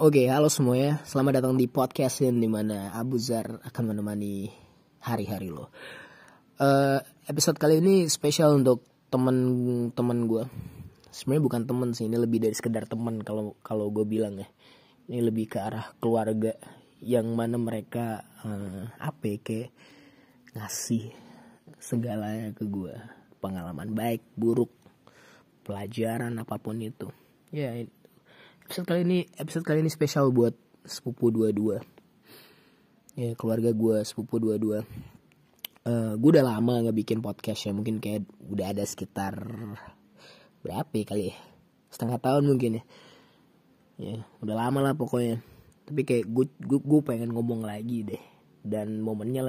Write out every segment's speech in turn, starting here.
Oke, halo semuanya. Selamat datang di podcast yang dimana Abu Zar akan menemani hari-hari lo. Episode kali ini spesial untuk teman-teman gue. Sebenarnya bukan teman sih, ini lebih dari sekedar teman kalau gue bilang ya. Ini lebih ke arah keluarga yang mana mereka kayak ngasih segalanya ke gue. Pengalaman baik, buruk, pelajaran apapun itu. Ya, episode kali ini spesial buat sepupu 22. Ya, keluarga gue sepupu 22. Gue udah lama nggak bikin podcast ya, mungkin kayak udah ada sekitar berapa ya kali ya, setengah tahun mungkin ya. Ya udah lama lah pokoknya. Tapi kayak gue pengen ngomong lagi deh. Dan momennya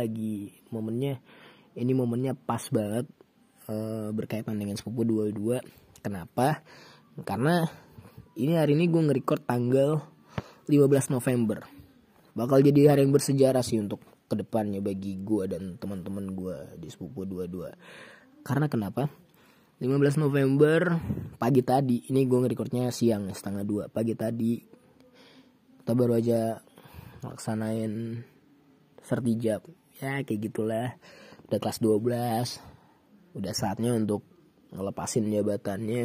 pas banget berkaitan dengan sepupu 22. Kenapa? Karena hari ini gue nge-record tanggal 15 November. Bakal jadi hari yang bersejarah sih untuk kedepannya bagi gue dan teman-teman gue di sepupu 22. Karena kenapa? 15 November pagi tadi, ini gue nge-recordnya siang 1:30 pagi tadi. Kita baru aja laksanain sertijab. Ya kayak gitulah. Udah kelas 12. Udah saatnya untuk ngelepasin jabatannya.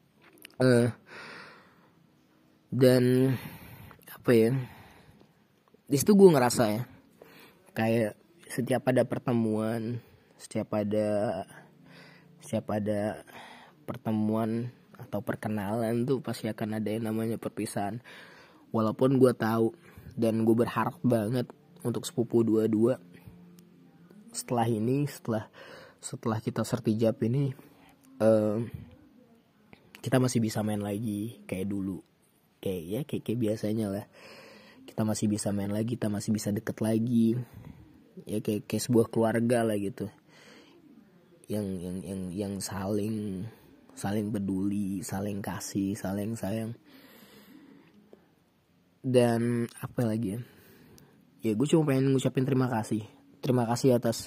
Dan apa ya, di situ gue ngerasa ya, kayak setiap ada pertemuan atau perkenalan tuh pasti akan ada yang namanya perpisahan. Walaupun gue tahu dan gue berharap banget untuk sepupu 22 setelah kita sertijab ini, kita masih bisa main lagi kayak dulu. Kayak biasanya lah. Kita masih bisa main lagi, kita masih bisa deket lagi. Ya kayak sebuah keluarga lah gitu. Yang saling peduli, saling kasih, saling sayang. Dan apa lagi ya? Ya gue cuma pengen ngucapin terima kasih. Terima kasih atas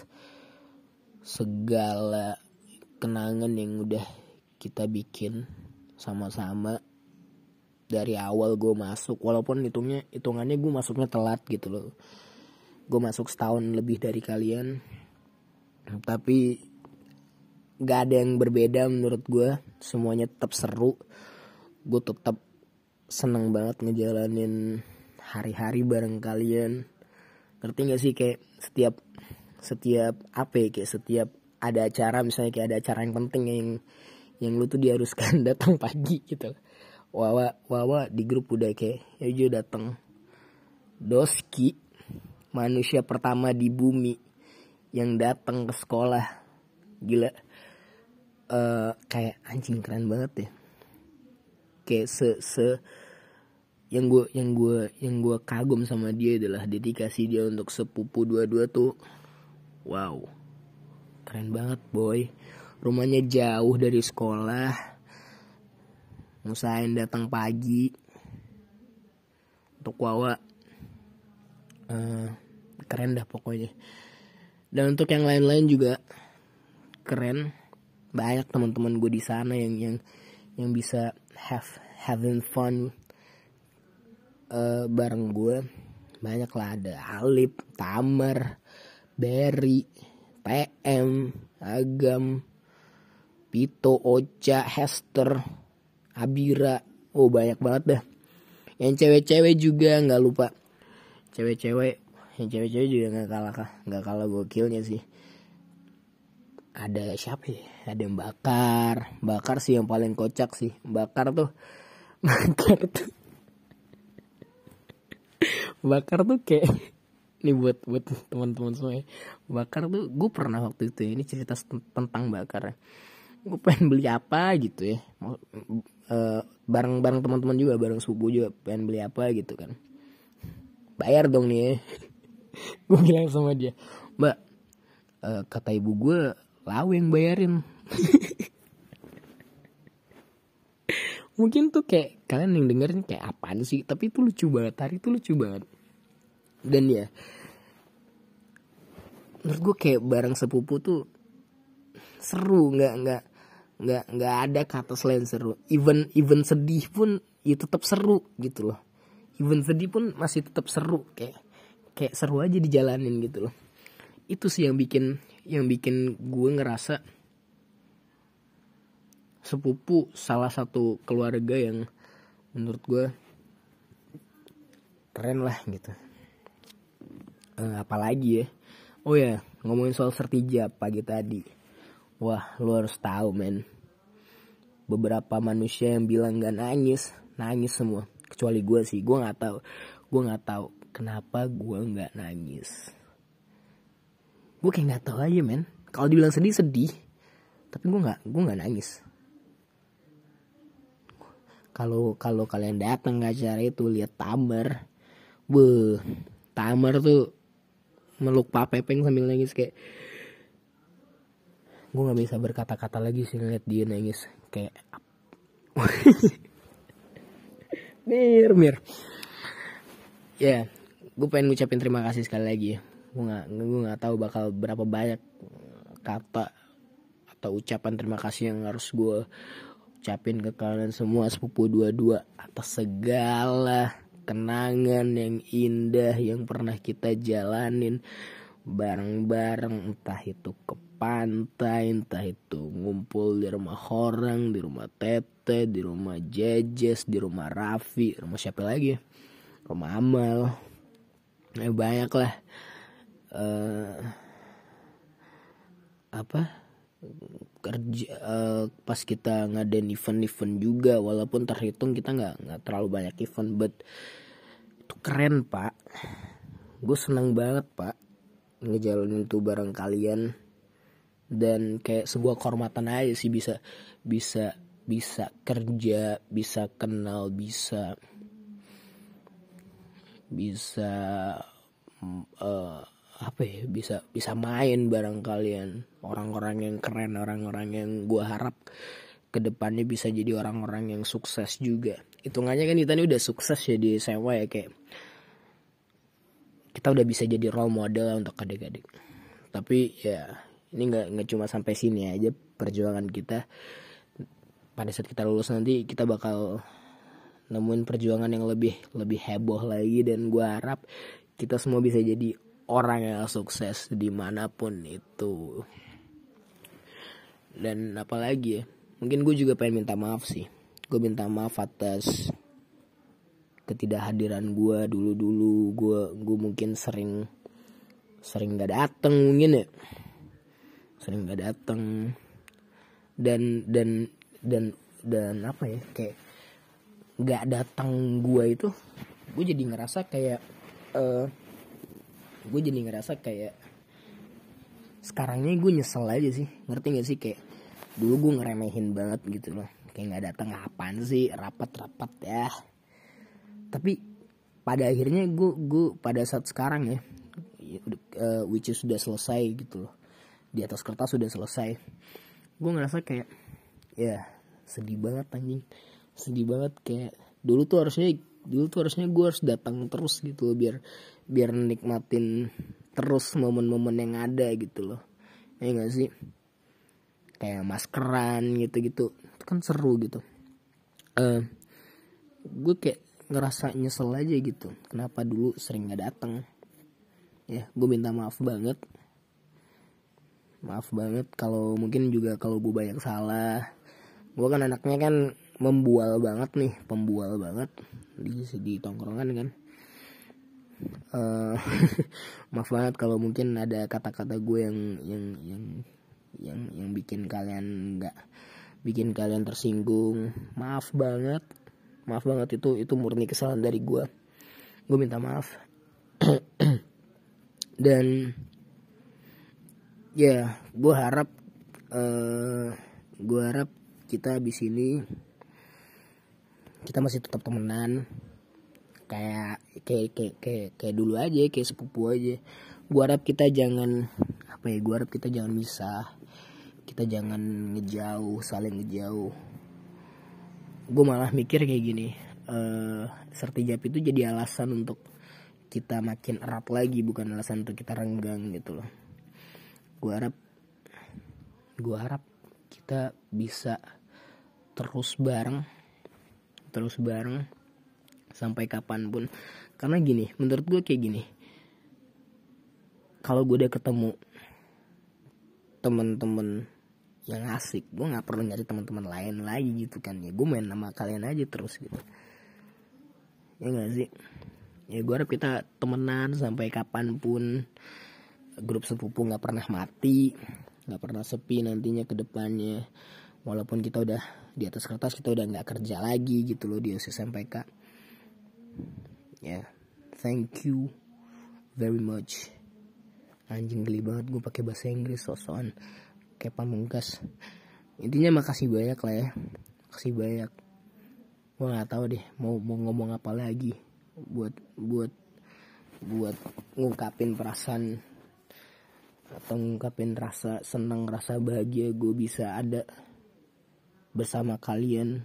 segala kenangan yang udah kita bikin sama-sama. Dari awal gue masuk, walaupun hitungannya gue masuknya telat gitu loh. Gue masuk setahun lebih dari kalian, tapi gak ada yang berbeda menurut gue. Semuanya tetap seru. Gue tetap seneng banget ngejalanin hari-hari bareng kalian. Ngerti gak sih, kayak setiap ada acara, misalnya kayak ada acara yang penting yang lu tuh diharuskan datang pagi gitu. Wawa di grup udah kayak Yojo datang. Doski, manusia pertama di bumi yang datang ke sekolah. Gila. Kayak anjing, keren banget ya. Kayak yang gue kagum sama dia adalah dedikasi dia untuk sepupu 22 tuh. Wow. Keren banget, boy. Rumahnya jauh dari sekolah. Ngusahain datang pagi untuk Wawa. Keren dah pokoknya. Dan untuk yang lain-lain juga keren. Banyak teman-teman gue di sana yang bisa having fun bareng gue. Banyak lah, ada Alip, Tamar, Berry, TM, Agam, Pito, Ocha, Hester, Abira. Oh banyak banget dah. Yang cewek-cewek juga gak lupa. Cewek-cewek juga gak kalah gokilnya sih. Ada siapa ya? Ada yang Bakar sih yang paling kocak sih. Bakar tuh kayak ini buat teman-teman semua ya. Bakar tuh gue pernah waktu itu ya, ini cerita tentang Bakar ya. Gue pengen beli apa gitu ya, bareng teman-teman juga, bareng sepupu juga, pengen beli apa gitu kan. Bayar dong nih ya. Gue bilang sama dia, Mbak, kata ibu gue Lau yang bayarin. Mungkin tuh kayak kalian yang dengerin kayak apaan sih, tapi itu lucu banget, hari itu lucu banget. Dan ya menurut gue kayak bareng sepupu tuh seru, nggak ada kata selain seru. Even sedih pun ya tetap seru gitu loh. even sedih pun masih tetap seru, kayak seru aja dijalanin gitu loh. Itu sih yang bikin gue ngerasa sepupu salah satu keluarga yang menurut gue keren lah gitu. Apalagi ya, oh ya, ngomongin soal Sertijab pagi tadi, wah lu harus tahu men, beberapa manusia yang bilang gak nangis semua, kecuali gue sih. Gue nggak tahu kenapa gue nggak nangis. Gue kayak nggak tahu aja men. Kalau dibilang sedih, tapi gue nggak nangis. Kalau kalian datang ke acara itu lihat Tamar, Tamar tuh meluk Pak Pepeng sambil nangis, kayak gue nggak bisa berkata-kata lagi sih ngeliat dia nangis kayak mir. Ya, gue pengen ngucapin terima kasih sekali lagi ya. Gue nggak tahu bakal berapa banyak kata atau ucapan terima kasih yang harus gue ucapin ke kalian semua sepupu 22 atas segala kenangan yang indah yang pernah kita jalanin bareng-bareng, entah itu ke pantai, entah itu ngumpul di rumah orang, di rumah Tete, di rumah Jejes, di rumah Raffi, rumah siapa lagi ya? Rumah Amal. Banyak lah. Kerja pas kita ngadain event juga, walaupun terhitung kita nggak terlalu banyak event, but itu keren pak. Gue seneng banget pak ngejalanin itu bareng kalian, dan kayak sebuah kehormatan aja sih bisa kerja, bisa kenal, bisa bisa main bareng kalian, orang-orang yang keren, orang-orang yang gue harap kedepannya bisa jadi orang-orang yang sukses juga. Hitungannya kan kita ini udah sukses ya di SMA ya, kayak kita udah bisa jadi role model untuk adik-adik. Tapi ya ini nggak cuma sampai sini aja perjuangan kita. Pada saat kita lulus nanti kita bakal nemuin perjuangan yang lebih heboh lagi, dan gue harap kita semua bisa jadi orang yang sukses dimanapun itu. Dan apalagi ya, mungkin gue juga pengen minta maaf sih. Gue minta maaf atas ketidakhadiran gue dulu. Gue mungkin sering gak datang mungkin ya, sering gak datang, dan apa ya, kayak gak datang gue itu gue jadi ngerasa kayak sekarangnya gue nyesel aja sih, ngerti gak sih? Kayak dulu gue ngeremehin banget gitu loh, kayak nggak datang apaan sih, rapat ya. Tapi pada akhirnya gue pada saat sekarang ya, which is sudah selesai gitu loh, di atas kertas sudah selesai, gue ngerasa kayak ya sedih banget anjing, sedih banget. Kayak dulu tuh harusnya gue harus datang terus gitu loh, biar nikmatin terus momen-momen yang ada gitu loh, ya nggak sih? Kayak maskeran gitu itu kan seru gitu. Gue kayak ngerasa nyesel aja gitu, kenapa dulu sering nggak datang ya. Gue minta maaf banget kalau mungkin juga kalau gue banyak salah. Gue kan anaknya kan pembual banget di tongkrongan kan. Maaf banget kalau mungkin ada kata-kata gue yang bikin kalian tersinggung. Maaf banget itu murni kesalahan dari gue minta maaf. Dan ya gue harap kita abis ini kita masih tetap temenan kayak dulu aja, kayak sepupu aja. Gue harap kita jangan misah, kita jangan saling ngejauh. Gue malah mikir kayak gini, Sertijab itu jadi alasan untuk kita makin erat lagi, bukan alasan untuk kita renggang gitu loh. Gue harap kita bisa terus bareng sampai kapanpun. Karena gini, menurut gue kayak gini, kalau gue udah ketemu temen-temen yang asik, gue nggak perlu nyari teman-teman lain lagi gitu kan. Ya gue main sama kalian aja terus gitu, ya nggak sih? Ya gue harap kita temenan sampai kapanpun. Grup sepupu nggak pernah mati, nggak pernah sepi nantinya ke depannya. Walaupun kita udah di atas kertas, kita udah nggak kerja lagi gitu loh di SMPK. Ya, thank you very much. Anjing geli banget gue pakai bahasa Inggris sosokan kayak Pamungkas. Intinya makasih banyak lah ya, makasih banyak. Gue nggak tahu deh mau ngomong apa lagi buat ngungkapin perasaan atau ngungkapin rasa senang, rasa bahagia gue bisa ada bersama kalian.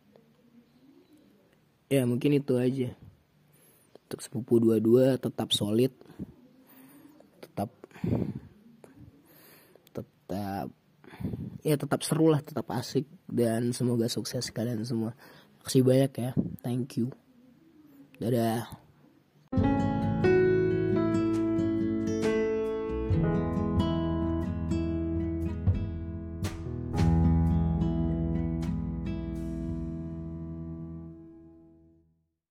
Ya mungkin itu aja. Untuk sepupu 22 tetap solid, tetap seru lah, tetap asik, dan semoga sukses kalian semua. Makasih banyak ya, thank you, dadah.